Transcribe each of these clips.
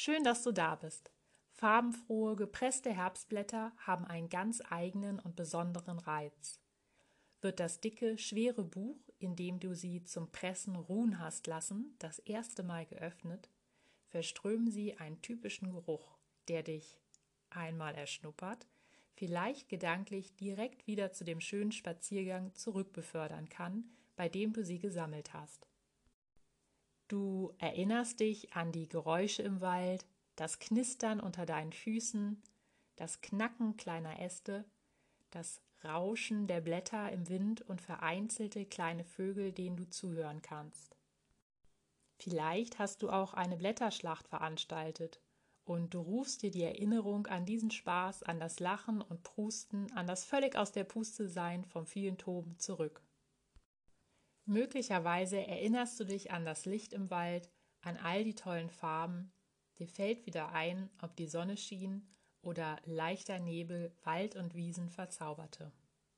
Schön, dass du da bist. Farbenfrohe, gepresste Herbstblätter haben einen ganz eigenen und besonderen Reiz. Wird das dicke, schwere Buch, in dem du sie zum Pressen ruhen hast lassen, das erste Mal geöffnet, verströmen sie einen typischen Geruch, der dich einmal erschnuppert, vielleicht gedanklich direkt wieder zu dem schönen Spaziergang zurückbefördern kann, bei dem du sie gesammelt hast. Du erinnerst dich an die Geräusche im Wald, das Knistern unter deinen Füßen, das Knacken kleiner Äste, das Rauschen der Blätter im Wind und vereinzelte kleine Vögel, denen du zuhören kannst. Vielleicht hast du auch eine Blätterschlacht veranstaltet und du rufst dir die Erinnerung an diesen Spaß, an das Lachen und Prusten, an das völlig aus der Puste sein vom vielen Toben zurück. Möglicherweise erinnerst du dich an das Licht im Wald, an all die tollen Farben. Dir fällt wieder ein, ob die Sonne schien oder leichter Nebel Wald und Wiesen verzauberte.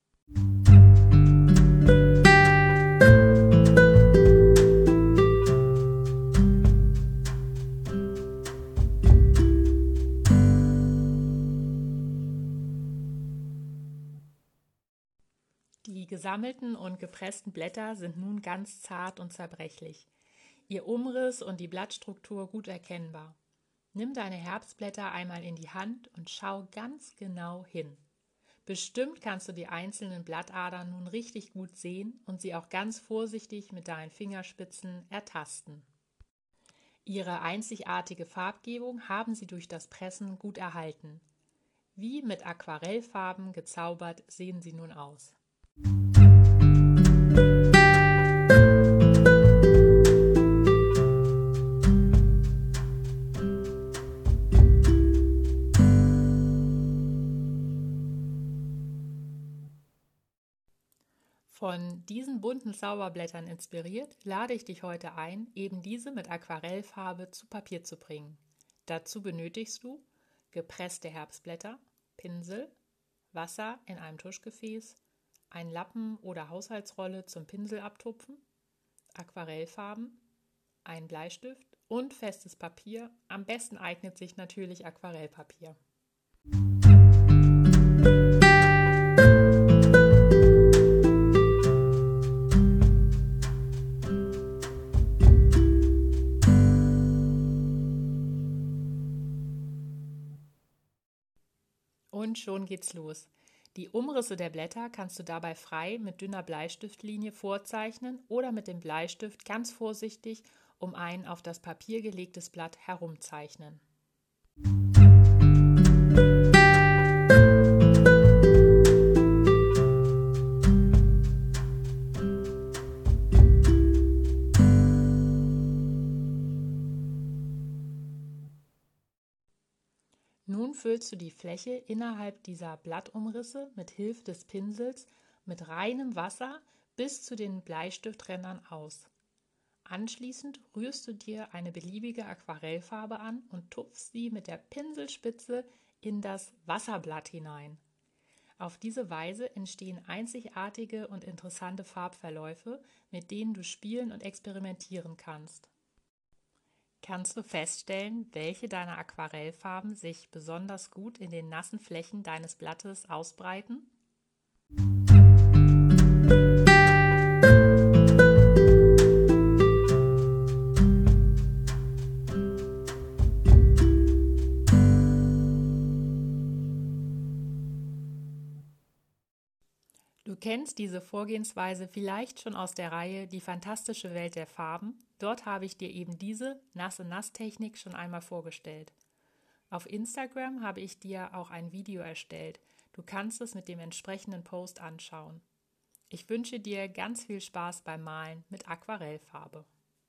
Die gesammelten und gepressten Blätter sind nun ganz zart und zerbrechlich. Ihr Umriss und die Blattstruktur gut erkennbar. Nimm deine Herbstblätter einmal in die Hand und schau ganz genau hin. Bestimmt kannst du die einzelnen Blattadern nun richtig gut sehen und sie auch ganz vorsichtig mit deinen Fingerspitzen ertasten. Ihre einzigartige Farbgebung haben sie durch das Pressen gut erhalten. Wie mit Aquarellfarben gezaubert sehen sie nun aus. Von diesen bunten Zauberblättern inspiriert, lade ich dich heute ein, eben diese mit Aquarellfarbe zu Papier zu bringen. Dazu benötigst du gepresste Herbstblätter, Pinsel, Wasser in einem Tuschgefäß, einen Lappen oder Haushaltsrolle zum Pinsel abtupfen, Aquarellfarben, einen Bleistift und festes Papier. Am besten eignet sich natürlich Aquarellpapier. Und schon geht's los. Die Umrisse der Blätter kannst du dabei frei mit dünner Bleistiftlinie vorzeichnen oder mit dem Bleistift ganz vorsichtig um ein auf das Papier gelegtes Blatt herumzeichnen. Nun füllst du die Fläche innerhalb dieser Blattumrisse mit Hilfe des Pinsels mit reinem Wasser bis zu den Bleistifträndern aus. Anschließend rührst du dir eine beliebige Aquarellfarbe an und tupfst sie mit der Pinselspitze in das Wasserblatt hinein. Auf diese Weise entstehen einzigartige und interessante Farbverläufe, mit denen du spielen und experimentieren kannst. Kannst du feststellen, welche deiner Aquarellfarben sich besonders gut in den nassen Flächen deines Blattes ausbreiten? Du kennst diese Vorgehensweise vielleicht schon aus der Reihe Die fantastische Welt der Farben. Dort habe ich dir eben diese Nasse-Nass-Technik schon einmal vorgestellt. Auf Instagram habe ich dir auch ein Video erstellt. Du kannst es mit dem entsprechenden Post anschauen. Ich wünsche dir ganz viel Spaß beim Malen mit Aquarellfarbe.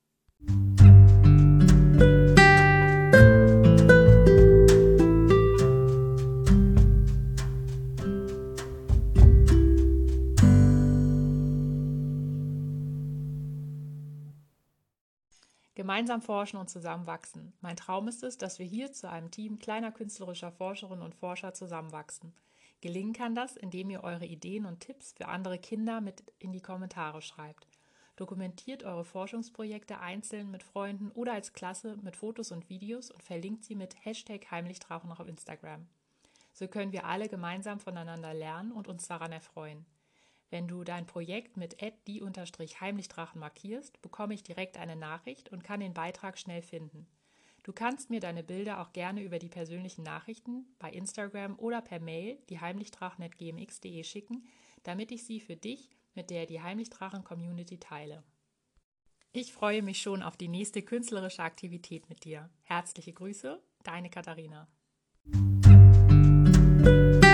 Gemeinsam forschen und zusammenwachsen. Mein Traum ist es, dass wir hier zu einem Team kleiner künstlerischer Forscherinnen und Forscher zusammenwachsen. Gelingen kann das, indem ihr eure Ideen und Tipps für andere Kinder mit in die Kommentare schreibt. Dokumentiert eure Forschungsprojekte einzeln mit Freunden oder als Klasse mit Fotos und Videos und verlinkt sie mit #Heimlichdrachen auf Instagram. So können wir alle gemeinsam voneinander lernen und uns daran erfreuen. Wenn du dein Projekt mit @die_Heimlichdrachen markierst, bekomme ich direkt eine Nachricht und kann den Beitrag schnell finden. Du kannst mir deine Bilder auch gerne über die persönlichen Nachrichten bei Instagram oder per Mail die heimlichdrachen@gmx.de schicken, damit ich sie für dich mit der die Heimlichdrachen-Community teile. Ich freue mich schon auf die nächste künstlerische Aktivität mit dir. Herzliche Grüße, deine Katharina.